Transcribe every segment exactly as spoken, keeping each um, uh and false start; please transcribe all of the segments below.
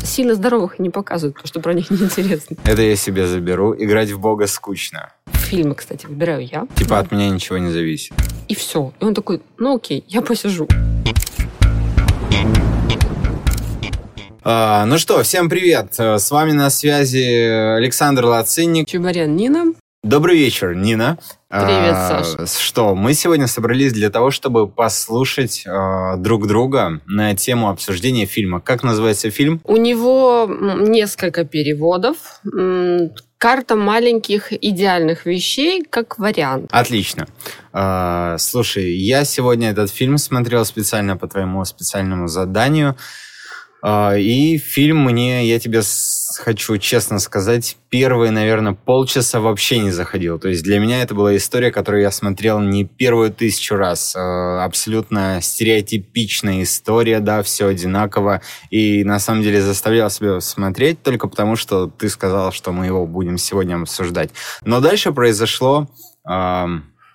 сильно здоровых не показывают, потому что про них неинтересно. Это я себе заберу. Играть в Бога скучно. Фильмы, кстати, выбираю я. Типа от меня ничего не зависит. И все. И он такой, ну окей, я посижу. А, ну что, всем привет. С вами на связи Александр Лацинник. Чубарян Нина. Добрый вечер, Нина. Привет, а, Саша. Что, мы сегодня собрались для того, чтобы послушать а, друг друга на тему обсуждения фильма. Как называется фильм? У него несколько переводов. «Карта маленьких идеальных вещей» как вариант. Отлично. А, слушай, я сегодня этот фильм смотрел специально по твоему специальному заданию. И фильм мне, я тебе хочу честно сказать, первые, наверное, полчаса вообще не заходил. То есть для меня это была история, которую я смотрел не первую тысячу раз. Абсолютно стереотипичная история, да, все одинаково. И на самом деле заставлял себя смотреть только потому, что ты сказал, что мы его будем сегодня обсуждать. Но дальше произошло э,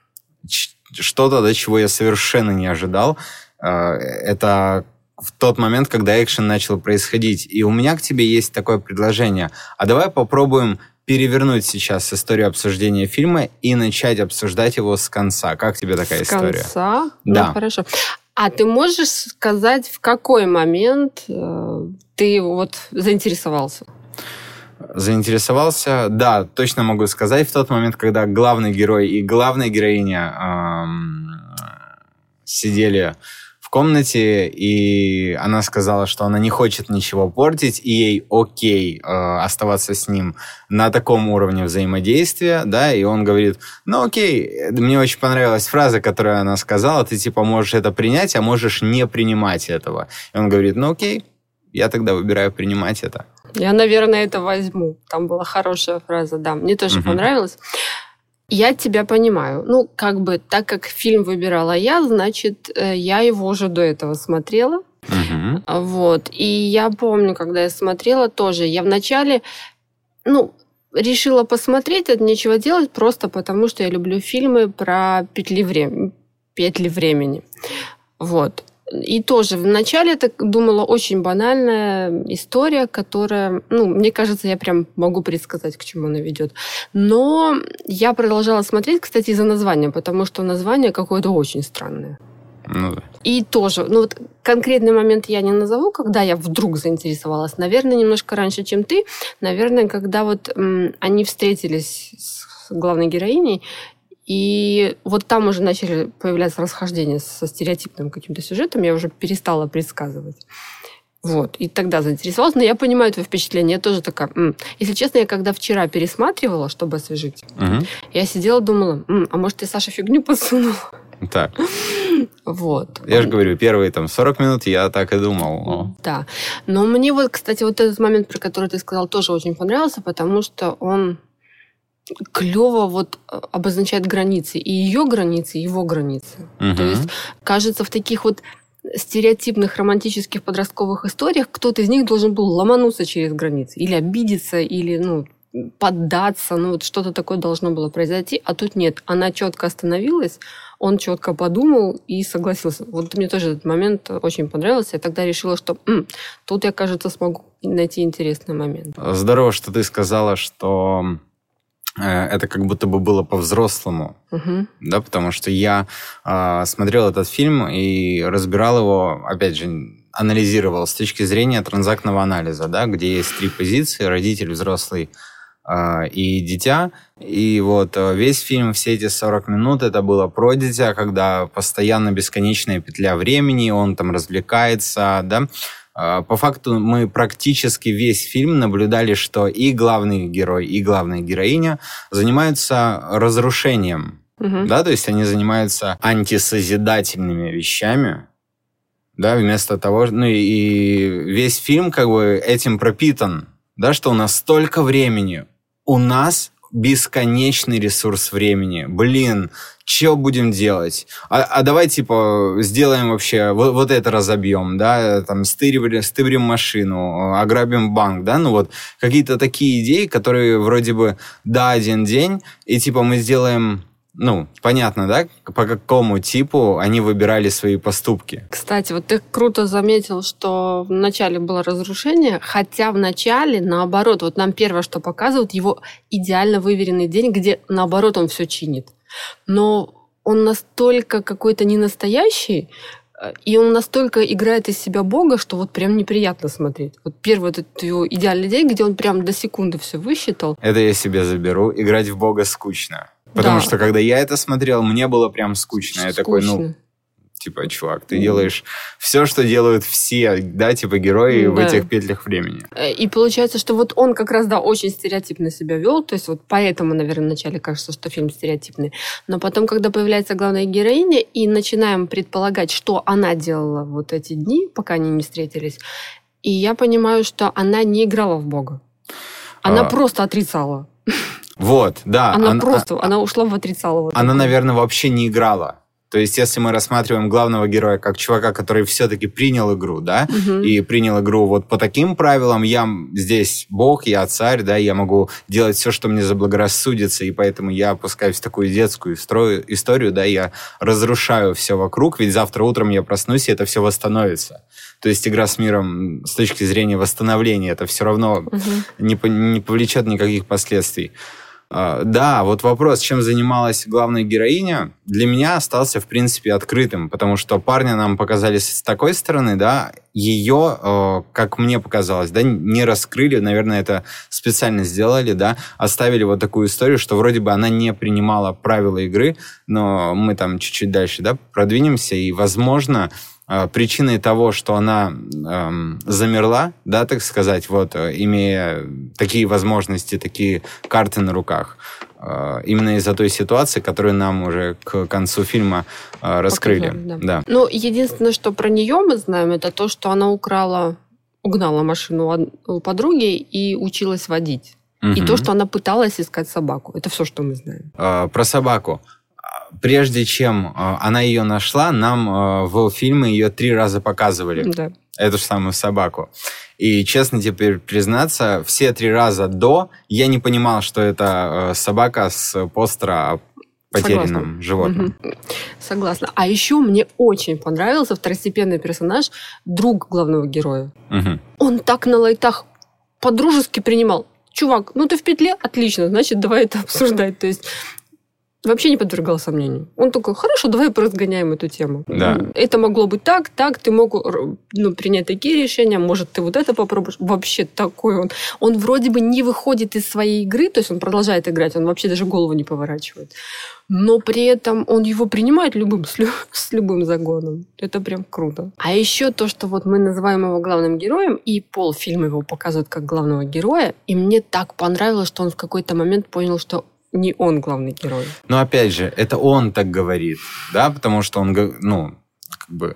что-то, до чего я совершенно не ожидал. Э, это... в тот момент, когда экшен начал происходить. И у меня к тебе есть такое предложение. А давай попробуем перевернуть сейчас историю обсуждения фильма и начать обсуждать его с конца. Как тебе такая с история? С конца? Да. Ну, хорошо. А ты можешь сказать, в какой момент э, ты вот заинтересовался? Заинтересовался? Да, точно могу сказать. В тот момент, когда главный герой и главная героиня эм, сидели в комнате, и она сказала, что она не хочет ничего портить, и ей окей э, оставаться с ним на таком уровне взаимодействия, да, и он говорит, ну окей, мне очень понравилась фраза, которую она сказала, ты типа можешь это принять, а можешь не принимать этого. И он говорит, ну окей, я тогда выбираю принимать это. Я, наверное, это возьму. Там была хорошая фраза, да, мне тоже uh-huh. понравилось. Я тебя понимаю. Ну, как бы, так как фильм выбирала я, значит, я его уже до этого смотрела. Uh-huh. Вот. И я помню, когда я смотрела тоже, я вначале, ну, решила посмотреть, это нечего делать, просто потому что я люблю фильмы про петли, врем... петли времени. Вот. И тоже вначале это думала очень банальная история, которая, ну, мне кажется, я прям могу предсказать, к чему она ведет. Но я продолжала смотреть, кстати, из-за названия, потому что название какое-то очень странное. Ну да. И тоже, ну вот конкретный момент я не назову, когда я вдруг заинтересовалась. Наверное, немножко раньше, чем ты. Наверное, когда вот м, они встретились с главной героиней, и вот там уже начали появляться расхождения со стереотипным каким-то сюжетом, я уже перестала предсказывать. Вот. И тогда заинтересовалась. Но я понимаю твое впечатление. Я тоже такая... М-". Если честно, я когда вчера пересматривала, чтобы освежить, угу. я сидела, думала, М, а может, ты, Саша, фигню подсунул? Так. Вот. Я же говорю, первые там сорок минут я так и думал. Но... Да. Но мне вот, кстати, вот этот момент, про который ты сказал, тоже очень понравился, потому что он... клево вот обозначает границы. И ее границы, и его границы. Uh-huh. То есть, кажется, в таких вот стереотипных романтических подростковых историях кто-то из них должен был ломануться через границы. Или обидеться, или, ну, поддаться. Ну, вот что-то такое должно было произойти. А тут нет. Она четко остановилась, он четко подумал и согласился. Вот мне тоже этот момент очень понравился. Я тогда решила, что М, тут я, кажется, смогу найти интересный момент. Здорово, что ты сказала, что это как будто бы было по-взрослому, угу. да, потому что я э, смотрел этот фильм и разбирал его, опять же, анализировал с точки зрения транзактного анализа, да, где есть три позиции: родитель, взрослый э, и дитя. И вот весь фильм, все эти сорок минут, это было про дитя, когда постоянно бесконечная петля времени, он там развлекается, да. По факту мы практически весь фильм наблюдали, что и главный герой, и главная героиня занимаются разрушением. Угу. Да, то есть они занимаются антисозидательными вещами, да, вместо того... Ну и весь фильм как бы этим пропитан, да, что у нас столько времени. У нас бесконечный ресурс времени. Блин, что будем делать? А, а давай, типа, сделаем вообще, вот, вот это разобьем, да, там, стырим, стырим машину, ограбим банк, да, ну вот какие-то такие идеи, которые вроде бы, да, один день, и, типа, мы сделаем ну, понятно, да, по какому типу они выбирали свои поступки. Кстати, вот ты круто заметил, что вначале было разрушение, хотя вначале, наоборот, вот нам первое, что показывают, его идеально выверенный день, где, наоборот, он все чинит. Но он настолько какой-то ненастоящий, и он настолько играет из себя Бога, что вот прям неприятно смотреть. Вот первый этот его идеальный день, где он прям до секунды все высчитал. Это я себе заберу. Играть в Бога скучно. Потому Да. что, когда я это смотрел, мне было прям скучно. Я такой, ну, типа, чувак, ты делаешь все, что делают все, да, типа, герои Да. в этих петлях времени. И получается, что вот он как раз, да, очень стереотипно себя вел, то есть вот поэтому, наверное, вначале кажется, что фильм стереотипный. Но потом, когда появляется главная героиня, и начинаем предполагать, что она делала вот эти дни, пока они не встретились, и я понимаю, что она не играла в Бога. Она А. просто отрицала. Вот, да. Она он- просто, а- она ушла в отрицало. вот Она, это. наверное, вообще не играла. То есть, если мы рассматриваем главного героя как чувака, который все-таки принял игру, да, Мгм. и принял игру вот по таким правилам, я м- здесь бог, я царь, да, я могу делать все, что мне заблагорассудится, и поэтому я опускаюсь в такую детскую историю, историю, да, я разрушаю все вокруг, ведь завтра утром я проснусь, и это все восстановится. То есть игра с миром с точки зрения восстановления, это все равно Мгм. не, по- не повлечет никаких последствий. А, Да, вот вопрос, чем занималась главная героиня, для меня остался, в принципе, открытым, потому что парня нам показали с такой стороны, да, ее, э, как мне показалось, да, не раскрыли, наверное, это специально сделали, да, оставили вот такую историю, что вроде бы она не принимала правила игры, но мы там чуть-чуть дальше, да, продвинемся, и, возможно, э, причиной того, что она эм, замерла, да, так сказать, вот, э, имея такие возможности, такие карты на руках, э, именно из-за той ситуации, которую нам уже к концу фильма э, раскрыли. Показали, Да. Ну, единственное, что про нее мы знаем, это то, что она украла, угнала машину у од- у подруги и училась водить. И Мгм. то, что она пыталась искать собаку. Это все, что мы знаем. Э, Про собаку. Прежде чем э, она ее нашла, нам э, в фильме ее три раза показывали. Да. Эту же самую собаку. И, честно теперь признаться, все три раза до я не понимал, что это э, собака с постера о потерянном Согласна. животном. Мгм. Согласна. А еще мне очень понравился второстепенный персонаж, друг главного героя. Мгм. Он так на лайтах по-дружески принимал. Чувак, ну ты в петле? Отлично, значит, давай это обсуждать. То есть вообще не подвергал сомнению. Он такой, хорошо, давай поразгоняем эту тему. Да. Это могло быть так, так, ты мог ну, принять такие решения, может, ты вот это попробуешь. Вообще такой он. Он вроде бы не выходит из своей игры, то есть он продолжает играть, он вообще даже голову не поворачивает. Но при этом он его принимает любым, с, лю- с любым загоном. Это прям круто. А еще то, что вот мы называем его главным героем, и полфильма его показывают как главного героя, и мне так понравилось, что он в какой-то момент понял, что не он главный герой. Но опять же, это он так говорит, да, потому что он, г- ну, как бы,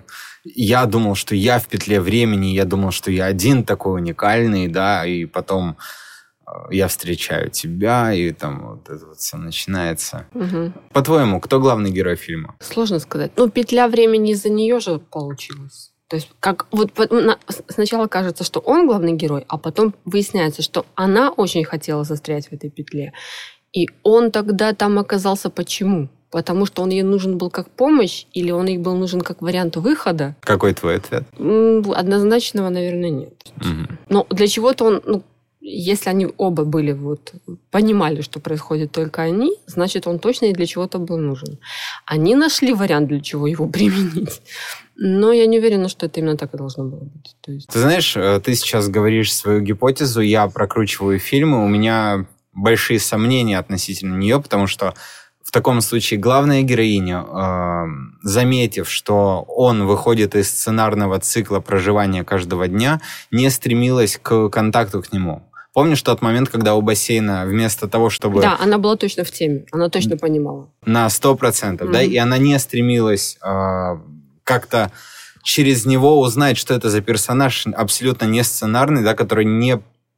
я думал, что я в петле времени, я думал, что я один такой уникальный, да, и потом э, я встречаю тебя, и там вот это вот все начинается. Мгм. По-твоему, кто главный герой фильма? Сложно сказать. Ну, петля времени из-за нее же получилась. То есть, как вот по- на- с- сначала кажется, что он главный герой, а потом выясняется, что она очень хотела застрять в этой петле. И он тогда там оказался почему? Потому что он ей нужен был как помощь, или он ей был нужен как вариант выхода? Какой твой ответ? М, Однозначного, наверное, нет. Мгм. Но для чего-то он, ну, если они оба были вот, понимали, что происходит только они, значит, он точно и для чего-то был нужен. Они нашли вариант, для чего его применить. Но я не уверена, что это именно так и должно было быть. То есть... Ты знаешь, э, ты сейчас говоришь свою гипотезу, я прокручиваю фильмы, у меня большие сомнения относительно нее, потому что в таком случае главная героиня, э, заметив, что он выходит из сценарного цикла проживания каждого дня, не стремилась к контакту к нему. Помнишь тот момент, когда у бассейна вместо того, чтобы... Да, она была точно в теме, она точно понимала. На сто процентов, да, Мгм. и она не стремилась э, как-то через него узнать, что это за персонаж абсолютно не сценарный, да, который не,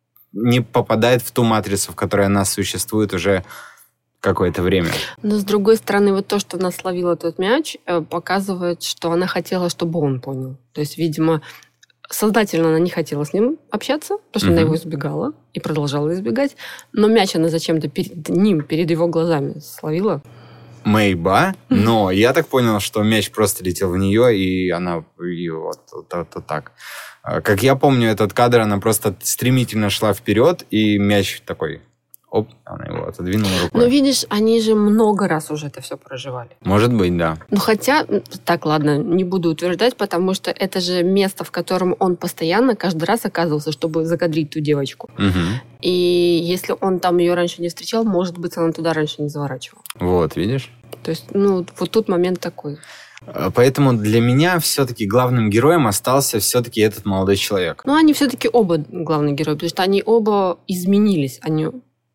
не попадает в ту матрицу, в которой она существует уже какое-то время. Но, с другой стороны, вот то, что она словила этот мяч, э, показывает, что она хотела, чтобы он понял. То есть, видимо, сознательно она не хотела с ним общаться, потому что она Мгм. его избегала и продолжала избегать. Но мяч она зачем-то перед ним, перед его глазами словила. Мейба, но я так понял, что мяч просто летел в нее, и она и вот, вот, вот, вот так. Как я помню этот кадр, она просто стремительно шла вперед, и мяч такой, оп, она его отодвинула рукой. Ну, видишь, они же много раз уже это все проживали. Может быть, да. Ну, хотя, так, ладно, не буду утверждать, потому что это же место, в котором он постоянно каждый раз оказывался, чтобы закадрить ту девочку. Угу. И если он там ее раньше не встречал, может быть, она туда раньше не заворачивала. Вот, видишь? То есть, ну, вот тут момент такой. Поэтому для меня все-таки главным героем остался все-таки этот молодой человек. Ну, они все-таки оба главные герои, потому что они оба изменились. Они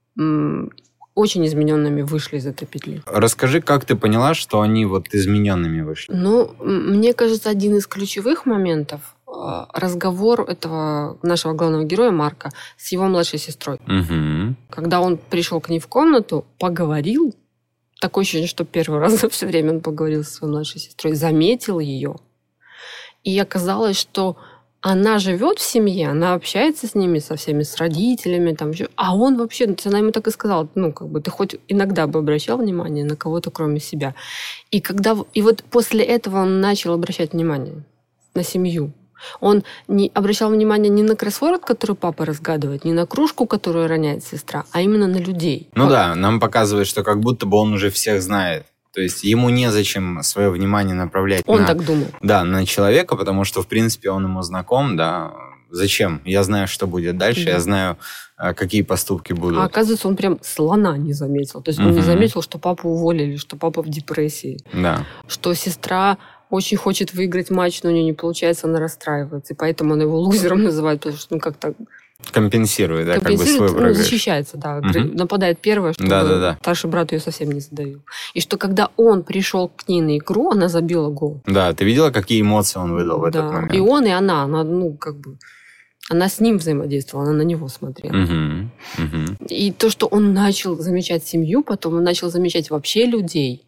м- очень измененными вышли из этой петли. Расскажи, как ты поняла, что они вот измененными вышли? Ну, мне кажется, один из ключевых моментов – разговор этого нашего главного героя Марка с его младшей сестрой. Угу. Когда он пришел к ней в комнату, поговорил, такое ощущение, что первый раз за все время он поговорил со своей младшей сестрой, заметил ее. И оказалось, что она живет в семье, она общается с ними, со всеми, с родителями. Там, а он вообще, она ему так и сказала, ну, как бы, ты хоть иногда бы обращал внимание на кого-то, кроме себя. И, когда, и вот после этого он начал обращать внимание на семью. Он не обращал внимание не на кроссворд, который папа разгадывает, не на кружку, которую роняет сестра, а именно на людей. Ну он... да, нам показывает, что как будто бы он уже всех знает. То есть ему незачем свое внимание направлять он на... так думал. Да, на человека, потому что, в принципе, он ему знаком, да. Зачем? Я знаю, что будет дальше, да. Я знаю, какие поступки будут. А оказывается, он прям слона не заметил. То есть он uh-huh. не заметил, что папу уволили, что папа в депрессии. Да. Что сестра очень хочет выиграть матч, но у нее не получается, она расстраивается. И поэтому она его лузером называет, потому что, ну, как-то... Компенсирует, да, компенсирует, как бы свой прогресс. Ну, защищается, да. Угу. Нападает первое, чтобы да, да, да. старший брат ее совсем не задавил. И что когда он пришел к ней на игру, она забила гол. Да, ты видела, какие эмоции он выдал в да. этот момент? И он, и она, она, ну, как бы... Она с ним взаимодействовала, она на него смотрела. Угу. Угу. И то, что он начал замечать семью, потом он начал замечать вообще людей.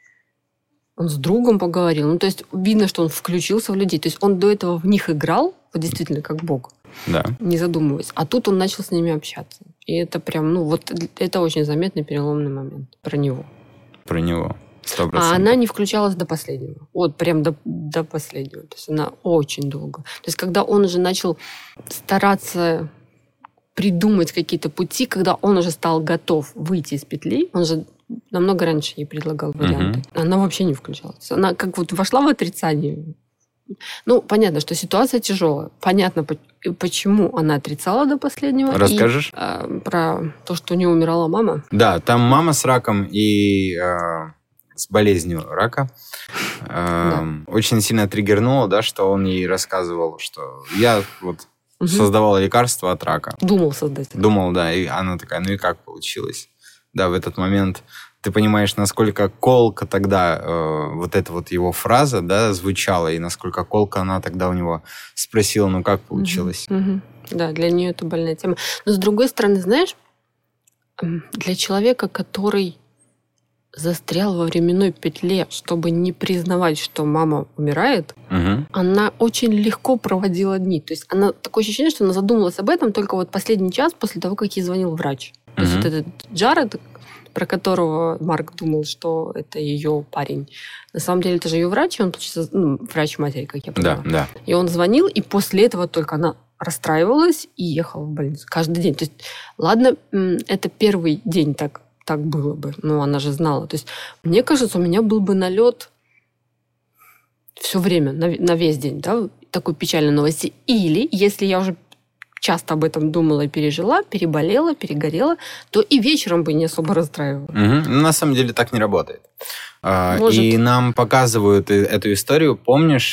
Он с другом поговорил. Ну, то есть видно, что он включился в людей. То есть он до этого в них играл, вот действительно, как Бог. Да. Не задумываясь. А тут он начал с ними общаться. И это прям, ну, вот это очень заметный переломный момент про него. Про него. сто процентов. А она не включалась до последнего. Вот прям до, до последнего. То есть она очень долго. То есть когда он уже начал стараться придумать какие-то пути, когда он уже стал готов выйти из петли, он же намного раньше ей предлагал варианты. Uh-huh. Она вообще не включалась. Она как вот вошла в отрицание. Ну, понятно, что ситуация тяжелая. Понятно, почему она отрицала до последнего. Расскажешь? И, э, про то, что у нее умирала мама. Да, там мама с раком и э, с болезнью рака. Э, да. Очень сильно триггернуло, да, что он ей рассказывал, что я вот угу. создавал лекарство от рака. Думал создать. Думал, да. И она такая, ну и как получилось? Да, в этот момент ты понимаешь, насколько колко тогда э, вот эта вот его фраза, да, звучала, и насколько колко она тогда у него спросила, ну как получилось. Угу, угу. Да, для нее это больная тема. Но с другой стороны, знаешь, для человека, который застрял во временной петле, чтобы не признавать, что мама умирает, угу. она очень легко проводила дни. То есть она такое ощущение, что она задумалась об этом только вот последний час после того, как ей звонил врач. То есть вот этот Джаред, про которого Марк думал, что это ее парень. На самом деле это же ее врач, и он, получается, ну, врач матери, как я поняла. Да, да. И он звонил, и после этого только она расстраивалась и ехала в больницу каждый день. То есть, ладно, это первый день так, так было бы, но она же знала. То есть, мне кажется, у меня был бы налет все время, на, на весь день, да, такой печальной новости. Или, если я уже часто об этом думала и пережила, переболела, перегорела, то и вечером бы не особо расстраивалась. Угу. На самом деле так не работает. Может. И нам показывают эту историю. Помнишь,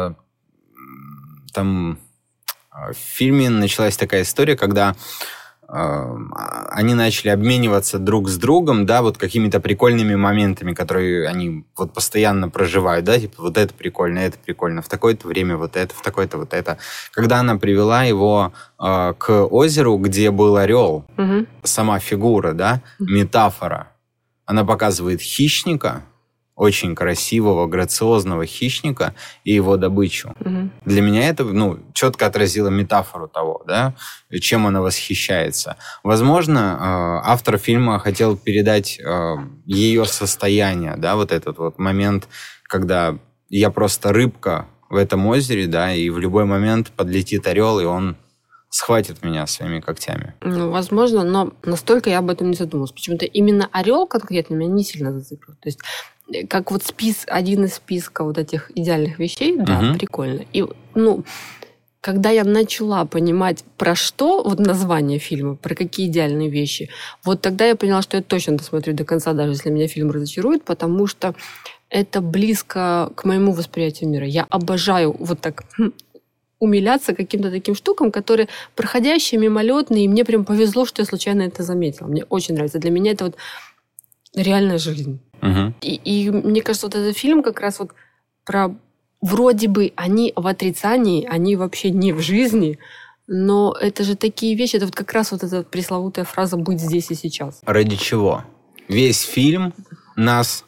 там в фильме началась такая история, когда они начали обмениваться друг с другом, да, вот какими-то прикольными моментами, которые они вот постоянно проживают, да, типа вот это прикольно, это прикольно, в такое-то время вот это, в такое-то вот это. Когда она привела его э, к озеру, где был орел, угу. сама фигура, да, метафора, она показывает хищника, очень красивого, грациозного хищника и его добычу. Угу. Для меня это, ну, четко отразило метафору того, да, чем она восхищается. Возможно, автор фильма хотел передать ее состояние, да, вот этот вот момент, когда я просто рыбка в этом озере, да, и в любой момент подлетит орел, и он схватит меня своими когтями. Ну, возможно, но настолько я об этом не задумалась. Почему-то именно орел конкретно меня не сильно зацепил. То есть, как вот спис, один из списка вот этих идеальных вещей, да, угу. прикольно. И, ну, когда я начала понимать, про что, вот название фильма, про какие идеальные вещи, вот тогда я поняла, что я точно досмотрю до конца, даже если меня фильм разочарует, потому что это близко к моему восприятию мира. Я обожаю вот так умиляться каким-то таким штукам, которые проходящие, мимолетные, и мне прям повезло, что я случайно это заметила. Мне очень нравится. Для меня это вот реальная жизнь. Угу. И, и мне кажется, вот этот фильм как раз вот про... Вроде бы они в отрицании, они вообще не в жизни, но это же такие вещи, это вот как раз вот эта пресловутая фраза «быть здесь и сейчас». Ради чего? Весь фильм нас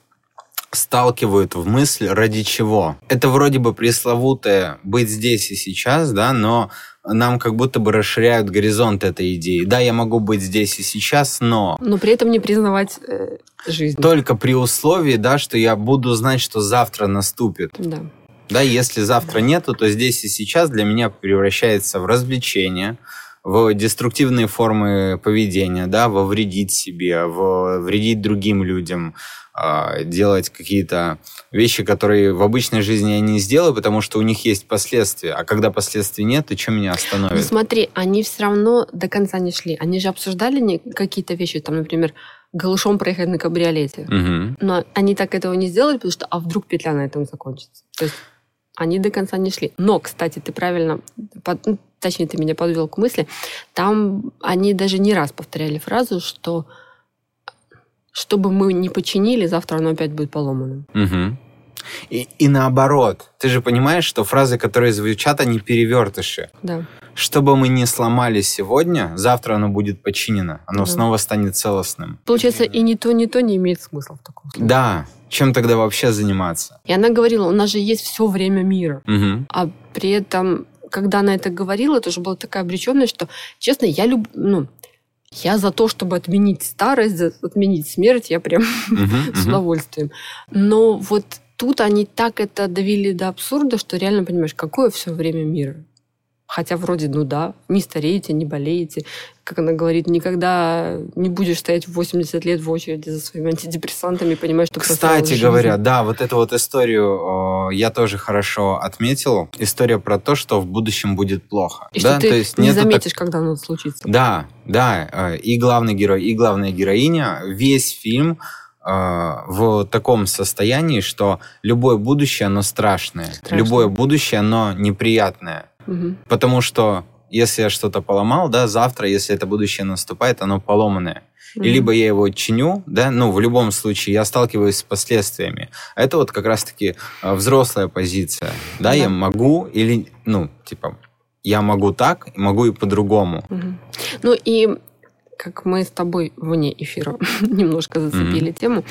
сталкивают в мысль ради чего. Это вроде бы пресловутое «быть здесь и сейчас», да, но нам как будто бы расширяют горизонт этой идеи. Да, я могу быть здесь и сейчас, но... Но при этом не признавать э, жизнь. Только при условии, да, что я буду знать, что завтра наступит. Да. Да, если завтра нету, то здесь и сейчас для меня превращается в развлечение, в деструктивные формы поведения, да, во вредить себе, в вредить другим людям, делать какие-то вещи, которые в обычной жизни я не сделаю, потому что у них есть последствия. А когда последствий нет, то что меня остановит? Ну смотри, они все равно до конца не шли. Они же обсуждали какие-то вещи, там, например, голышом проехать на кабриолете. Угу. Но они так этого не сделали, потому что а вдруг петля на этом закончится? То есть они до конца не шли. Но, кстати, ты правильно, под, точнее, ты меня подвел к мысли, там они даже не раз повторяли фразу, что что бы мы ни починили, завтра оно опять будет поломанным. Угу. И, и наоборот. Ты же понимаешь, что фразы, которые звучат, они перевертыши. Да. Что бы мы ни сломали сегодня, завтра оно будет починено. Оно да. снова станет целостным. Получается, и ни то, ни то не имеет смысла в таком случае. Да. Чем тогда вообще заниматься? И она говорила, у нас же есть все время мира. Угу. А при этом, когда она это говорила, это уже была такая обреченность, что, честно, я люблю... Ну, я за то, чтобы отменить старость, отменить смерть, я прям uh-huh, с удовольствием. Uh-huh. Но вот тут они так это довели до абсурда, что реально понимаешь, какое все время мира. Хотя вроде, ну да, не стареете, не болеете. Как она говорит, никогда не будешь стоять в восемьдесят лет в очереди за своими антидепрессантами, понимаешь, что... Кстати говоря, да, вот эту вот историю я тоже хорошо отметил. История про то, что в будущем будет плохо. И да? что ты то есть не заметишь, так... когда оно случится. Да, да. И главный герой, и главная героиня, весь фильм в таком состоянии, что любое будущее, оно страшное. Страшно. Любое будущее, оно неприятное. Угу. Потому что если я что-то поломал, да, завтра, если это будущее наступает, оно поломанное. Угу. И либо я его чиню, да, ну, в любом случае я сталкиваюсь с последствиями. Это вот как раз-таки взрослая позиция. Да, да. Я могу или, ну, типа, я могу так, могу и по-другому. Угу. Ну и как мы с тобой вне эфира немножко зацепили угу. тему,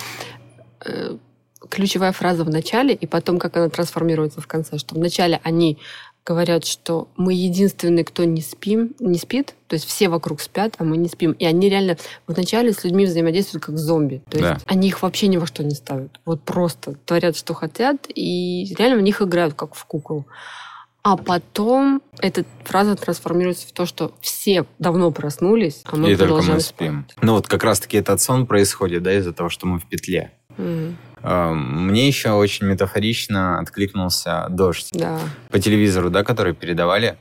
ключевая фраза в начале, и потом, как она трансформируется в конце, что вначале они говорят, что мы единственные, кто не спим, не спит, то есть все вокруг спят, а мы не спим. И они реально вначале с людьми взаимодействуют как зомби. То есть да. они их вообще ни во что не ставят. Вот просто творят, что хотят, и реально в них играют, как в куклу. А потом эта фраза трансформируется в то, что все давно проснулись, а мы и продолжаем мы спим. Спать. Ну вот как раз-таки этот сон происходит, да, из-за того, что мы в петле. Mm. Мне еще очень метафорично откликнулся «Дождь» да. по телевизору, да, который передавали.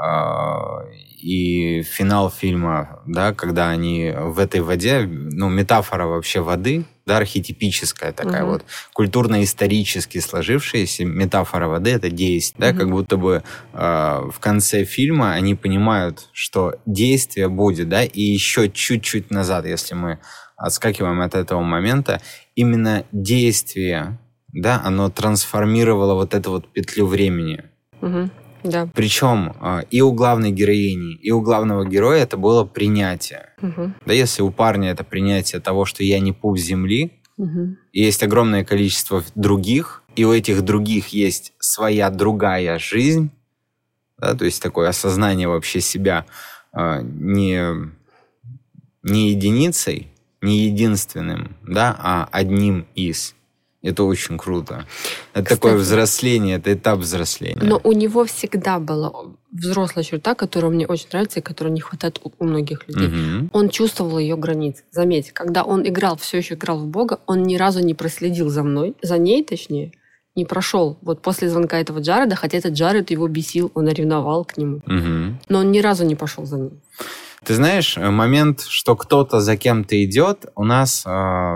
И финал фильма, да, когда они в этой воде, ну, метафора вообще воды, да, архетипическая такая угу. вот, культурно-исторически сложившаяся метафора воды — это действие. Угу. Да, как будто бы э, в конце фильма они понимают, что действие будет, да, и еще чуть-чуть назад, если мы отскакиваем от этого момента, именно действие, да, оно трансформировало вот эту вот петлю времени. Угу. Да. Причем и у главной героини, и у главного героя это было принятие. Угу. Да, если у парня это принятие того, что я не пуп земли, Угу. И есть огромное количество других, и у этих других есть своя другая жизнь, да, то есть такое осознание вообще себя э, не, не единицей, не единственным, да, а одним из. Это очень круто. Это Кстати, такое взросление, это этап взросления. Но у него всегда была взрослая черта, которая мне очень нравится и которой не хватает у, у многих людей. Угу. Он чувствовал ее границы. Заметь, когда он играл, все еще играл в Бога, он ни разу не проследил за мной, за ней точнее, не прошел. Вот после звонка этого Джареда, хотя этот Джаред его бесил, он ревновал к нему. Угу. Но он ни разу не пошел за ним. Ты знаешь, момент, что кто-то за кем-то идет, у нас... Э...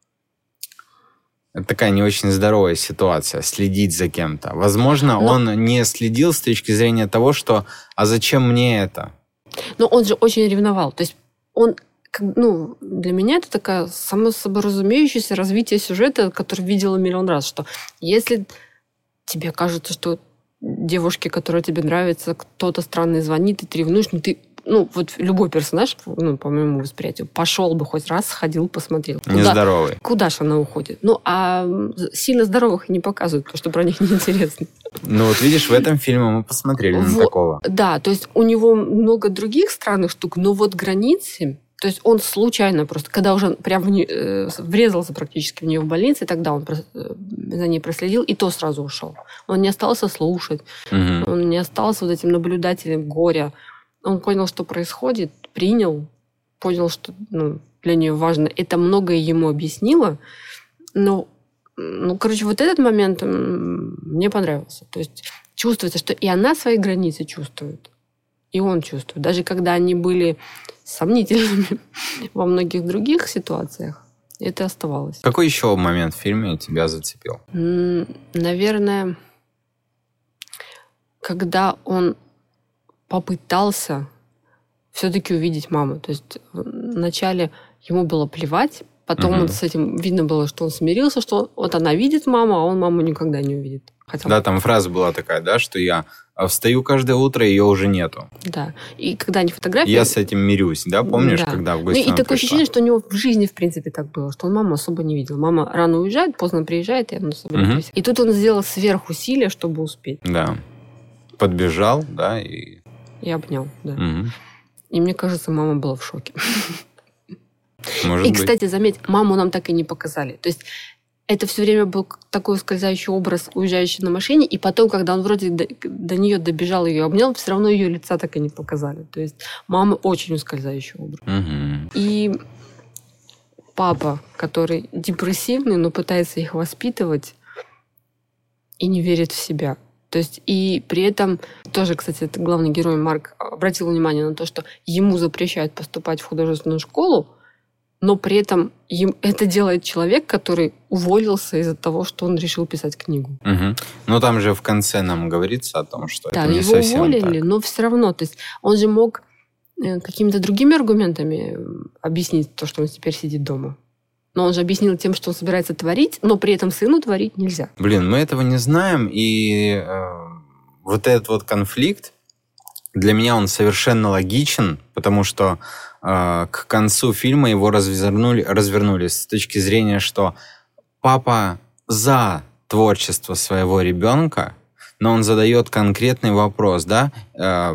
Это такая не очень здоровая ситуация, следить за кем-то. Возможно, Но... он не следил с точки зрения того, что «а зачем мне это?» Но он же очень ревновал. То есть он, ну, для меня это такое само собой разумеющееся развитие сюжета, который видела миллион раз, что если тебе кажется, что девушке, которая тебе нравится, кто-то странный звонит, и ты ревнуешь, ну ты... Ну, вот любой персонаж, ну, по моему восприятию, пошел бы хоть раз, сходил, посмотрел. Куда, Нездоровый. Куда же она уходит? Ну, а сильно здоровых не показывают, потому что про них неинтересно. Ну, вот видишь, в этом фильме мы посмотрели на такого. Да, то есть у него много других странных штук, но вот границы... То есть он случайно просто, когда уже прям в не, э, врезался практически в нее в больнице, тогда он прос, э, за ней проследил, и то сразу ушел. Он не остался слушать, угу. он не остался вот этим наблюдателем горя. Он понял, что происходит, принял, понял, что ну, для нее важно. Это многое ему объяснило. Но, ну, короче, вот этот момент мне понравился. То есть чувствуется, что и она свои границы чувствует, и он чувствует. Даже когда они были сомнительными во многих других ситуациях, это оставалось. Какой еще момент в фильме тебя зацепил? Наверное, когда он попытался все-таки увидеть маму. То есть вначале ему было плевать, потом угу. он с этим видно было, что он смирился, что вот она видит маму, а он маму никогда не увидит. Хотя... Да, там фраза была такая, да, что я встаю каждое утро, ее уже нету. Да, и когда они фотографии... Я с этим мирюсь, да, помнишь, да. когда в гости ну, и такое пришла? ощущение, что у него в жизни, в принципе, так было, что он маму особо не видел. Мама рано уезжает, поздно приезжает, и он особо угу. не видел. И тут он сделал сверхусилие, чтобы успеть. Да, подбежал, да, и... И обнял, да. Угу. И мне кажется, мама была в шоке. Может и, быть. кстати, заметь, маму нам так и не показали. То есть это все время был такой скользящий образ, уезжающий на машине, и потом, когда он вроде до, до нее добежал, ее обнял, все равно ее лица так и не показали. То есть мама очень ускользающий образ. Угу. И папа, который депрессивный, но пытается их воспитывать и не верит в себя. То есть и при этом тоже, кстати, это главный герой Марк обратил внимание на то, что ему запрещают поступать в художественную школу, но при этом им это делает человек, который уволился из-за того, что он решил писать книгу. Угу. Ну там же в конце нам говорится о том, что да, это не его совсем уволили, так. Но все равно, то есть он же мог какими-то другими аргументами объяснить то, что он теперь сидит дома. Но он же объяснил тем, что он собирается творить, но при этом сыну творить нельзя. Блин, мы этого не знаем, и э, вот этот вот конфликт, для меня он совершенно логичен, потому что э, к концу фильма его развернули, развернули с точки зрения, что папа за творчество своего ребенка, но он задает конкретный вопрос, да, э,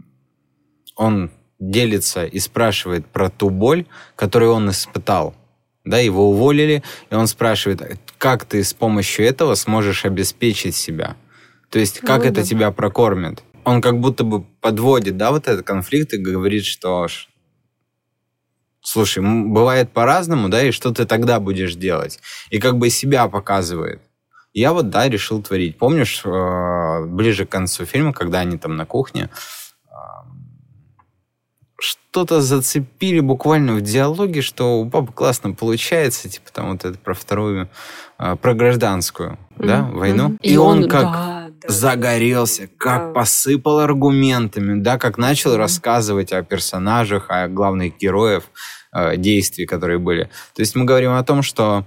он делится и спрашивает про ту боль, которую он испытал. Да, его уволили, и он спрашивает, как ты с помощью этого сможешь обеспечить себя? То есть, как ну, это да. тебя прокормит? Он как будто бы подводит, да, вот этот конфликт и говорит, что, слушай, бывает по-разному, да, и что ты тогда будешь делать? И как бы себя показывает. Я вот, да, решил творить. Помнишь, ближе к концу фильма, когда они там на кухне, что-то зацепили буквально в диалоге, что у папы классно получается, типа там вот это про вторую, про гражданскую, mm-hmm. да, войну. Mm-hmm. И, и он, он как да, загорелся, да. как посыпал аргументами, да, как начал mm-hmm. рассказывать о персонажах, о главных героях, действий, которые были. То есть мы говорим о том, что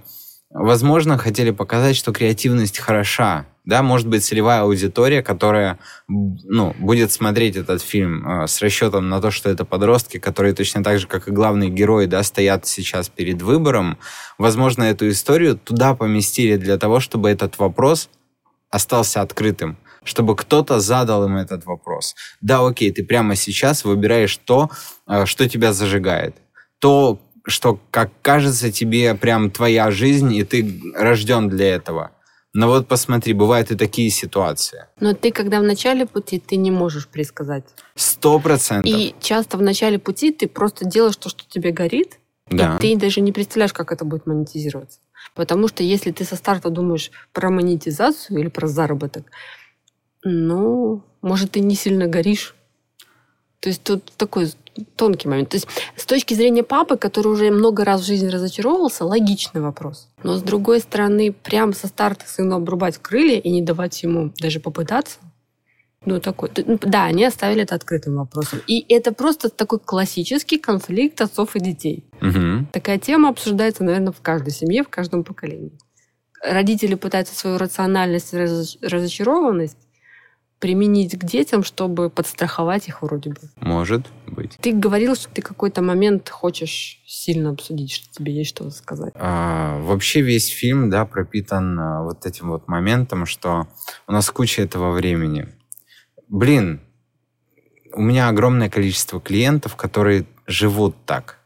возможно, хотели показать, что креативность хороша. Да, может быть, целевая аудитория, которая, ну, будет смотреть этот фильм э, с расчетом на то, что это подростки, которые точно так же, как и главные герои, да, стоят сейчас перед выбором. Возможно, эту историю туда поместили для того, чтобы этот вопрос остался открытым, чтобы кто-то задал им этот вопрос. Да, окей, ты прямо сейчас выбираешь то, э, что тебя зажигает. То, что, как кажется, тебе прям твоя жизнь, и ты рожден для этого. Но вот посмотри, бывают и такие ситуации. Но ты, когда в начале пути, ты не можешь предсказать. Сто процентов. И часто в начале пути ты просто делаешь то, что тебе горит, да. И ты даже не представляешь, как это будет монетизироваться. Потому что если ты со старта думаешь про монетизацию или про заработок, ну, может, ты не сильно горишь. То есть тут такой тонкий момент. То есть с точки зрения папы, который уже много раз в жизни разочаровывался, логичный вопрос. Но с другой стороны, прям со старта сыну обрубать крылья и не давать ему даже попытаться, ну, такой... Да, они оставили это открытым вопросом. И это просто такой классический конфликт отцов и детей. Угу. Такая тема обсуждается, наверное, в каждой семье, в каждом поколении. Родители пытаются свою рациональность и разочарованность применить к детям, чтобы подстраховать их вроде бы. Может быть. Ты говорил, что ты какой-то момент хочешь сильно обсудить, что тебе есть что сказать. А, вообще весь фильм, да, пропитан а, вот этим вот моментом, что у нас куча этого времени. Блин, у меня огромное количество клиентов, которые живут так.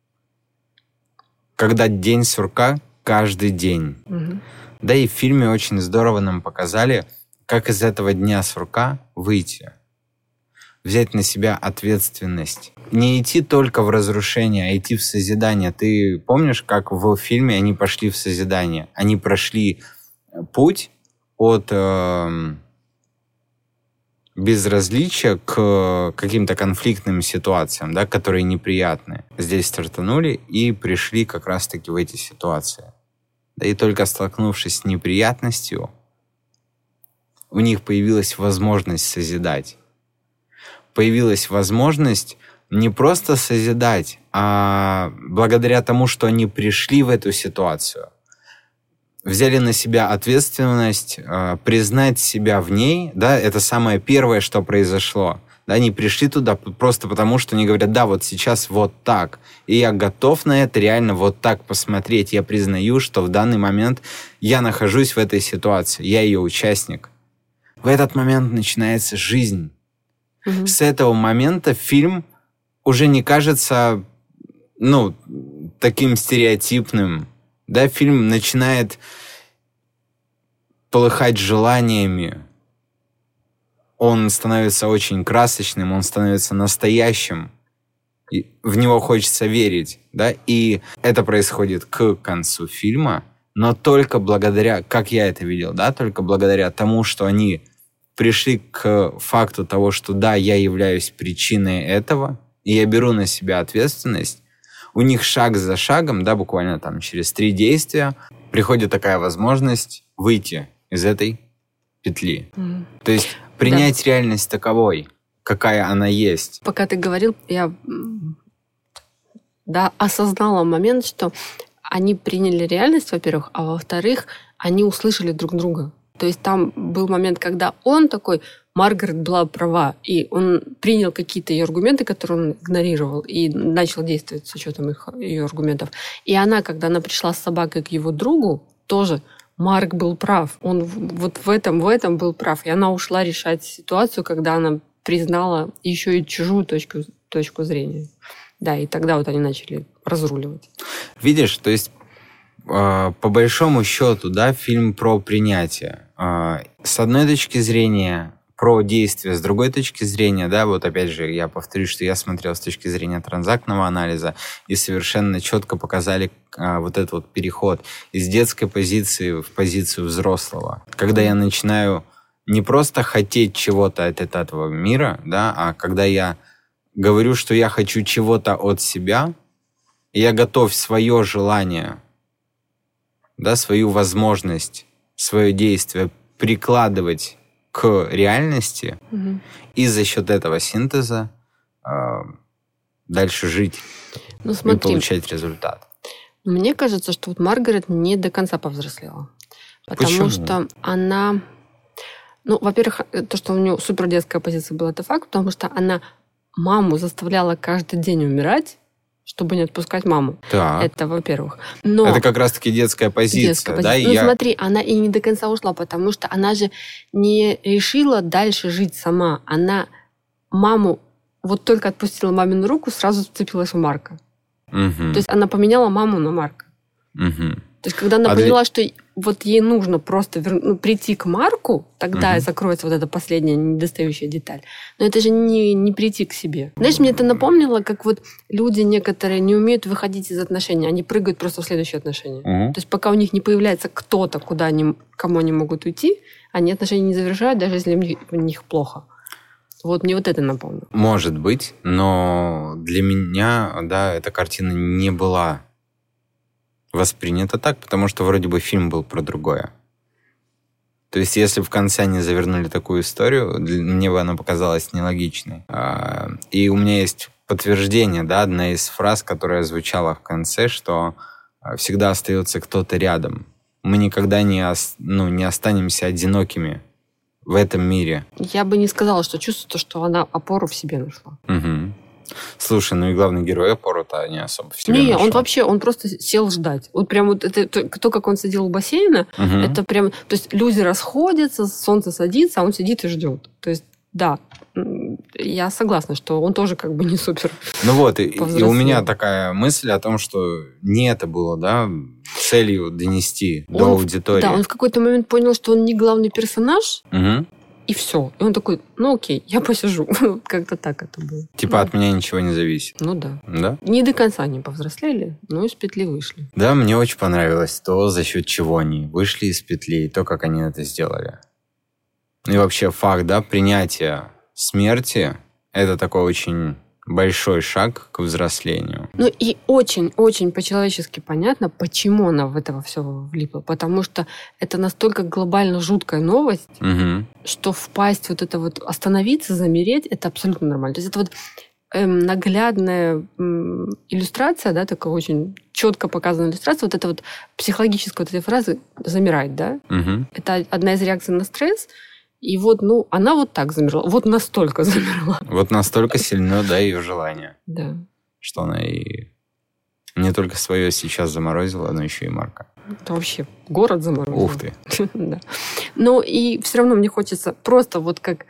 Когда день сурка каждый день. Угу. Да и в фильме очень здорово нам показали, как из этого дня сурка выйти. Взять на себя ответственность. Не идти только в разрушение, а идти в созидание. Ты помнишь, как в фильме они пошли в созидание? Они прошли путь от э, безразличия к каким-то конфликтным ситуациям, да, которые неприятны. Здесь стартанули и пришли как раз-таки в эти ситуации. Да и только столкнувшись с неприятностью, у них появилась возможность созидать. Появилась возможность не просто созидать, а благодаря тому, что они пришли в эту ситуацию, взяли на себя ответственность, признать себя в ней, да, это самое первое, что произошло. Да, они пришли туда просто потому, что они говорят, да, вот сейчас вот так, и я готов на это реально вот так посмотреть. Я признаю, что в данный момент я нахожусь в этой ситуации, я ее участник. В этот момент начинается жизнь. Mm-hmm. С этого момента фильм уже не кажется, ну, таким стереотипным. Да, фильм начинает полыхать желаниями. Он становится очень красочным, он становится настоящим. И в него хочется верить. Да? И это происходит к концу фильма, но только благодаря, как я это видел, да, только благодаря тому, что они пришли к факту того, что да, я являюсь причиной этого, и я беру на себя ответственность, у них шаг за шагом, да, буквально там через три действия, приходит такая возможность выйти из этой петли. Mm. То есть принять да. реальность таковой, какая она есть. Пока ты говорил, я да, осознала момент, что они приняли реальность, во-первых, а во-вторых, они услышали друг друга. То есть там был момент, когда он такой, Маргарет была права, и он принял какие-то ее аргументы, которые он игнорировал, и начал действовать с учетом их, ее аргументов. И она, когда она пришла с собакой к его другу, тоже Марк был прав. Он вот в этом, в этом был прав. И она ушла решать ситуацию, когда она признала еще и чужую точку, точку зрения. Да, и тогда вот они начали разруливать. Видишь, то есть по большому счету, да, фильм про принятие. С одной точки зрения про действие, с другой точки зрения, да, вот опять же, я повторюсь, что я смотрел с точки зрения транзактного анализа, и совершенно четко показали вот этот вот переход из детской позиции в позицию взрослого. Когда я начинаю не просто хотеть чего-то от этого мира, да, а когда я говорю, что я хочу чего-то от себя, и я готов свое желание, да, свою возможность, свое действие прикладывать к реальности, угу. и за счет этого синтеза э, дальше жить, ну, смотри, и получать результат. Мне кажется, что вот Маргарет не до конца повзрослела. Потому Почему? что она... Ну, во-первых, то, что у нее супер детская позиция была, это факт, потому что она маму заставляла каждый день умирать, чтобы не отпускать маму. Так. Это, во-первых. Но Это как раз-таки детская позиция, детская да? позиция. И Ну, я- смотри, она и не до конца ушла, потому что она же не решила дальше жить сама. Она маму вот только отпустила мамину руку, сразу вцепилась в Марка. Мгм. То есть она поменяла маму на Марка. Мгм. То есть когда она А для- поняла, что вот ей нужно просто вер- ну, прийти к Марку, тогда и Мгм. закроется вот эта последняя недостающая деталь. Но это же не, не прийти к себе. Знаешь, мне это напомнило, как вот люди некоторые не умеют выходить из отношений. Они прыгают просто в следующие отношения. Мгм. То есть пока у них не появляется кто-то, куда они, кому они могут уйти, они отношения не завершают, даже если им в них плохо. Вот мне вот это напомнило. Может быть, но для меня, да, эта картина не была воспринята так, потому что вроде бы фильм был про другое. То есть, если в конце они завернули такую историю, для- мне бы она показалась нелогичной. А, И у меня есть подтверждение, да, одна из фраз, которая звучала в конце, что а, всегда остается кто-то рядом. Мы никогда не, ос- ну, не останемся одинокими в этом мире. Я бы не сказала, что чувствуется, что она опору в себе нашла. Мгм. Слушай, ну и главный герой опору-то не особо в себе Не, он нашел. вообще, он просто сел ждать. Вот прям вот это, то, то, как он сидел у бассейна, Мгм. это прям... То есть люди расходятся, солнце садится, а он сидит и ждет. То есть, да, м, я согласна, что он тоже как бы не супер. Ну вот, и, и у повзрослел. меня такая мысль о том, что не это было, да, целью донести до Он в- аудитории. Да, он в какой-то момент понял, что он не главный персонаж, Мгм. и все. И он такой, ну окей, я посижу. Как-то так это было. Типа Ну, от меня ничего не зависит. Ну да. Да? Не до конца они повзрослели, но из петли вышли. Да, мне очень понравилось то, за счет чего они вышли из петли, и то, как они это сделали. И вообще факт, да, принятия смерти – это такой очень большой шаг к взрослению. Ну и очень-очень по-человечески понятно, почему она в это все влипла. Потому что это настолько глобально жуткая новость, Мгм. что впасть, вот это вот остановиться, замереть, это абсолютно нормально. То есть это вот эм, наглядная м, иллюстрация, да, такая очень четко показанная иллюстрация, вот эта вот психологическая вот этой фразы «замирать», да, Мгм. это одна из реакций на стресс, и вот, ну, она вот так замерла, вот настолько замерла. Вот настолько сильно, да, ее желание, Да. что она и не только свое сейчас заморозила, но еще и Марка. Это вообще город заморозил. Ух ты. Да. Но и все равно мне хочется просто вот как,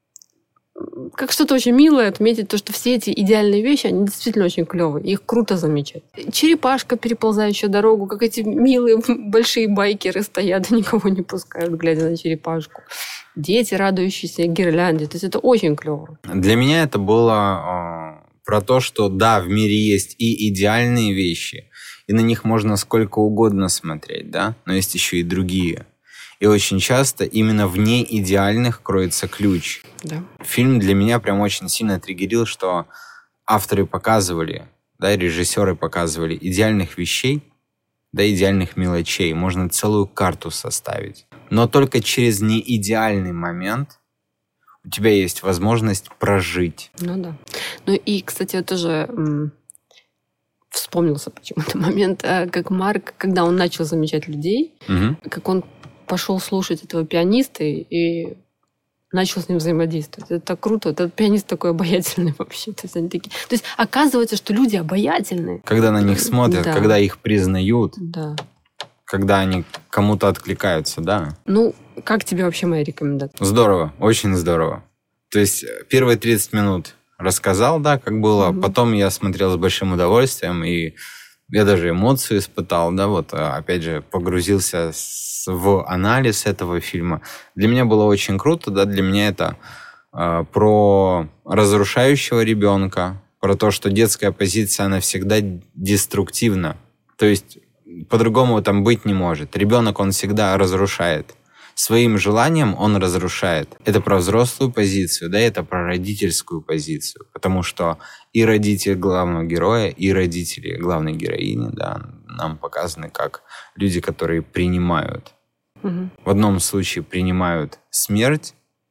как что-то очень милое отметить, то, что все эти идеальные вещи, они действительно очень клевые. Их круто замечать. Черепашка, переползающая дорогу, как эти милые большие байкеры стоят и никого не пускают, глядя на черепашку. Дети, радующиеся гирлянде. То есть это очень клево. Для меня это было э, про то, что да, в мире есть и идеальные вещи, и на них можно сколько угодно смотреть, да, но есть еще и другие. И очень часто именно в неидеальных кроется ключ. Да. Фильм для меня прям очень сильно триггерил, что авторы показывали, да, режиссеры показывали идеальных вещей, да, идеальных мелочей. Можно целую карту составить. Но только через неидеальный момент у тебя есть возможность прожить. Ну да. Ну и, кстати, я тоже м, вспомнился почему-то момент, э, как Марк, когда он начал замечать людей, Мгм. как он пошел слушать этого пианиста и, и начал с ним взаимодействовать. Это так круто. Этот пианист такой обаятельный вообще. То есть, они такие... То есть оказывается, что люди обаятельные. Когда на них смотрят, Да. когда их признают, Да. когда они кому-то откликаются, да. Ну, как тебе вообще моя рекомендация? Здорово, очень здорово. То есть э, первые тридцать минут рассказал, да, как было. Мгм. Потом я смотрел с большим удовольствием, и я даже эмоцию испытал, да, вот а, опять же погрузился с- в анализ этого фильма. Для меня было очень круто, да, для меня это э, про разрушающего ребенка, про то, что детская позиция, она всегда деструктивна. То есть по-другому там быть не может. Ребенок, он всегда разрушает. Своим желанием он разрушает. Это про взрослую позицию, да, это про родительскую позицию. Потому что и родители главного героя, и родители главной героини, да, нам показаны как люди, которые принимают. Мгм. В одном случае принимают смерть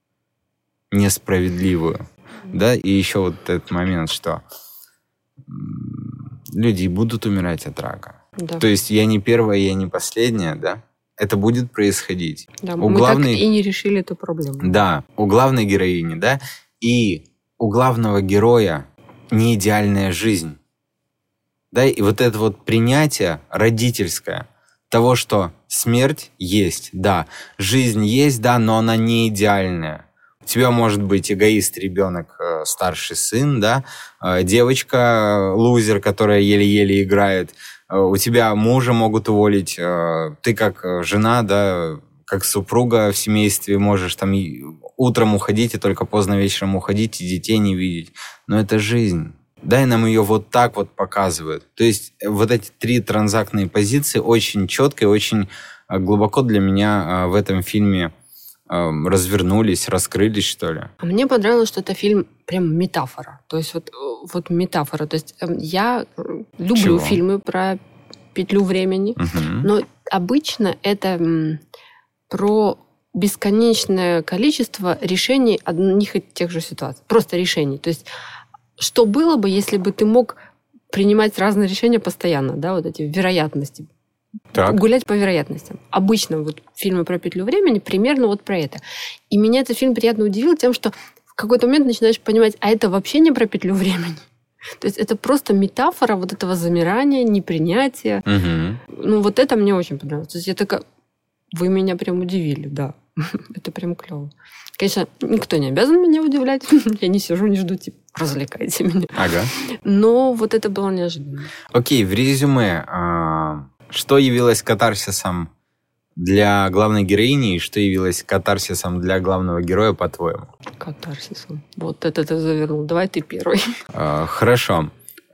несправедливую, да, и еще вот этот момент, что м, люди будут умирать от рака. Да. То есть я не первая, я не последняя, да? Это будет происходить. Да, у мы главной... так и не решили эту проблему. Да, у главной героини, да, и у главного героя не идеальная жизнь. Да, и вот это вот принятие родительское того, что смерть есть, да, жизнь есть, да, но она не идеальная. У тебя может быть эгоист, ребенок, старший сын, да, девочка, лузер, которая еле-еле играет. У тебя мужа могут уволить. Ты как жена, да, как супруга в семействе можешь там утром уходить и только поздно вечером уходить и детей не видеть. Но это жизнь. Да, и нам ее вот так вот показывают. То есть вот эти три транзактные позиции очень четко и очень глубоко для меня в этом фильме развернулись, раскрылись, что ли. А мне понравилось, что это фильм прям метафора. То есть вот, вот метафора. То есть я люблю Чего? фильмы про петлю времени, Угу. но обычно это про бесконечное количество решений одних и тех же ситуаций. Просто решений. То есть что было бы, если бы ты мог принимать разные решения постоянно, да, вот эти вероятности. Так. Гулять по вероятностям. Обычно вот фильмы про петлю времени примерно вот про это. И меня этот фильм приятно удивил тем, что в какой-то момент начинаешь понимать, а это вообще не про петлю времени. То есть это просто метафора вот этого замирания, непринятия. Угу. Ну вот это мне очень понравилось. То есть я такая, вы меня прям удивили, да. Это прям клево. Конечно, никто не обязан меня удивлять. Я не сижу, не жду, типа, развлекайте меня. Ага. Но вот это было неожиданно. Окей, в резюме, а, что явилось катарсисом для главной героини и что явилось катарсисом для главного героя, по-твоему? Катарсисом. Вот это ты завернул. Давай ты первый. А, хорошо.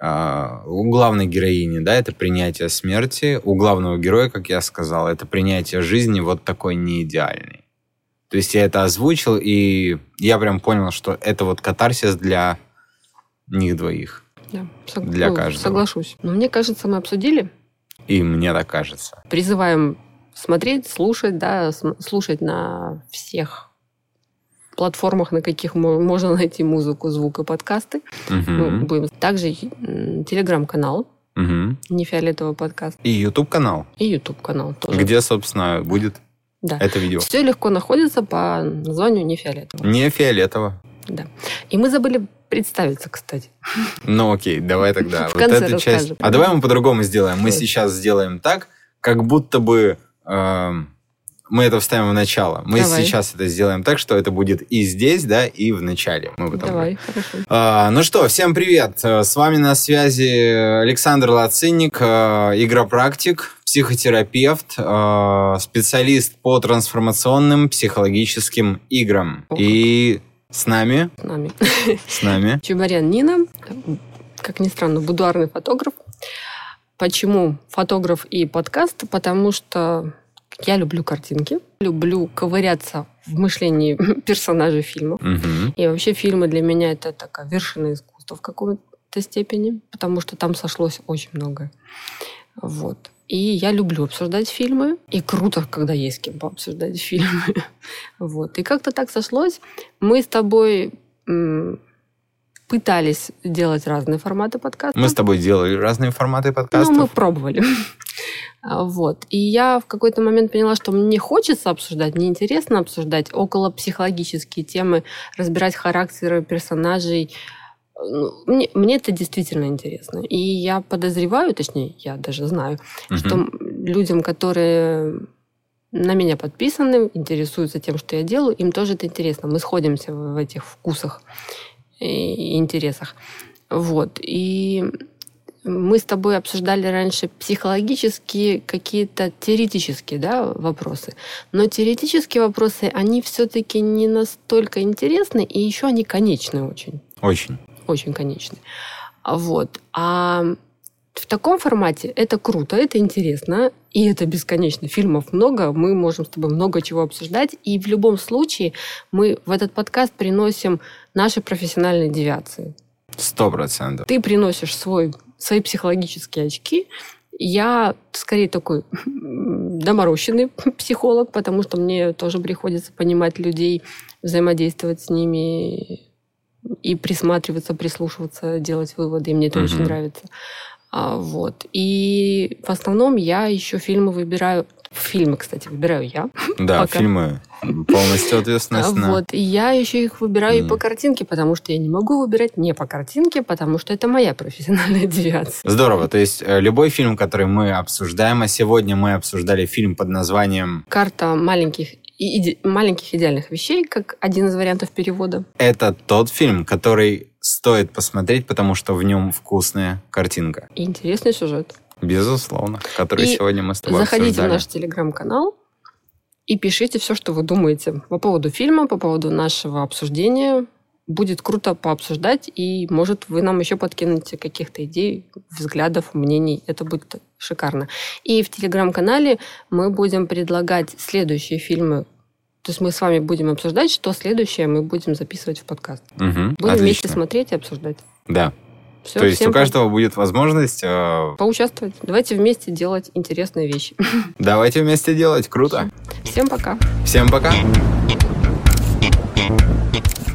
А, у главной героини, да, это принятие смерти. У главного героя, как я сказал, это принятие жизни вот такой неидеальной. То есть я это озвучил, и я прям понял, что это вот катарсис для них двоих. Да, сог... Для ну, каждого. Соглашусь. Но мне кажется, мы обсудили. И мне так кажется. Призываем смотреть, слушать, да, слушать на всех платформах, на каких можно найти музыку, звук и подкасты. Угу. Мы будем также телеграм-канал, угу. не фиолетовый подкаст. И YouTube-канал. И YouTube-канал тоже. Где, собственно, будет да. это видео. Все легко находится по названию не фиолетово. Не фиолетово. Да. И мы забыли представиться, кстати. Ну окей, давай тогда. В вот конце эту расскажем. часть. А давай мы по-другому сделаем. Мы Давай. сейчас сделаем так, как будто бы э, мы это вставим в начало. Мы Давай. сейчас это сделаем так, что это будет и здесь, да, и в начале. Мы потом... Давай, хорошо. А, ну что, всем привет. С вами на связи Александр Лацинник, э, игропрактик, психотерапевт, э, специалист по трансформационным психологическим играм. О, и с нами... С нами. С нами... Чубарян Нина, как ни странно, будуарный фотограф. Почему фотограф и подкаст? Потому что я люблю картинки, люблю ковыряться в мышлении персонажей фильмов. Угу. И вообще фильмы для меня это такая вершина искусства в какой-то степени, потому что там сошлось очень многое. Вот. И я люблю обсуждать фильмы. И круто, когда есть с кем пообсуждать фильмы. Вот. И как-то так сошлось. Мы с тобой м- пытались делать разные форматы подкаста. Мы с тобой делали разные форматы подкастов. Ну, мы пробовали. Вот. И я в какой-то момент поняла, что мне хочется обсуждать, мне интересно обсуждать около психологические темы, разбирать характеры персонажей. Мне, мне это действительно интересно. И я подозреваю, точнее, я даже знаю, uh-huh. что людям, которые на меня подписаны, интересуются тем, что я делаю, им тоже это интересно. Мы сходимся в этих вкусах и интересах. Вот. И мы с тобой обсуждали раньше психологические какие-то теоретические, да, вопросы. Но теоретические вопросы, они все-таки не настолько интересны, и еще они конечны очень. Очень. Очень конечны. Вот. А в таком формате это круто, это интересно, и это бесконечно. Фильмов много, мы можем с тобой много чего обсуждать, и в любом случае мы в этот подкаст приносим наши профессиональные девиации. Сто процентов. Ты приносишь свой, свои психологические очки. Я скорее такой доморощенный психолог, потому что мне тоже приходится понимать людей, взаимодействовать с ними и присматриваться, прислушиваться, делать выводы. И мне это uh-huh. очень нравится. А, вот. И в основном я еще фильмы выбираю. Фильмы, кстати, выбираю я. Да, Пока. фильмы полностью ответственность на... Вот. И я еще их выбираю Не. и по картинке, потому что я не могу выбирать не по картинке, потому что это моя профессиональная девиация. Здорово. То есть э, любой фильм, который мы обсуждаем, а сегодня мы обсуждали фильм под названием Карта маленьких, и иде- маленьких идеальных вещей, как один из вариантов перевода. Это тот фильм, который стоит посмотреть, потому что в нем вкусная картинка. И интересный сюжет. Безусловно. Который И сегодня мы с тобой Заходите обсуждали. в наш телеграм-канал и пишите все, что вы думаете по поводу фильма, по поводу нашего обсуждения. Будет круто пообсуждать, и, может, вы нам еще подкинете каких-то идей, взглядов, мнений. Это будет шикарно. И в телеграм-канале мы будем предлагать следующие фильмы. То есть мы с вами будем обсуждать, что следующее мы будем записывать в подкаст. Угу, Будем отлично. вместе смотреть и обсуждать. Да. Все, То есть всем у каждого будет возможность... э, поучаствовать. Давайте вместе делать интересные вещи. Давайте вместе делать. Круто. Всем пока. Всем пока.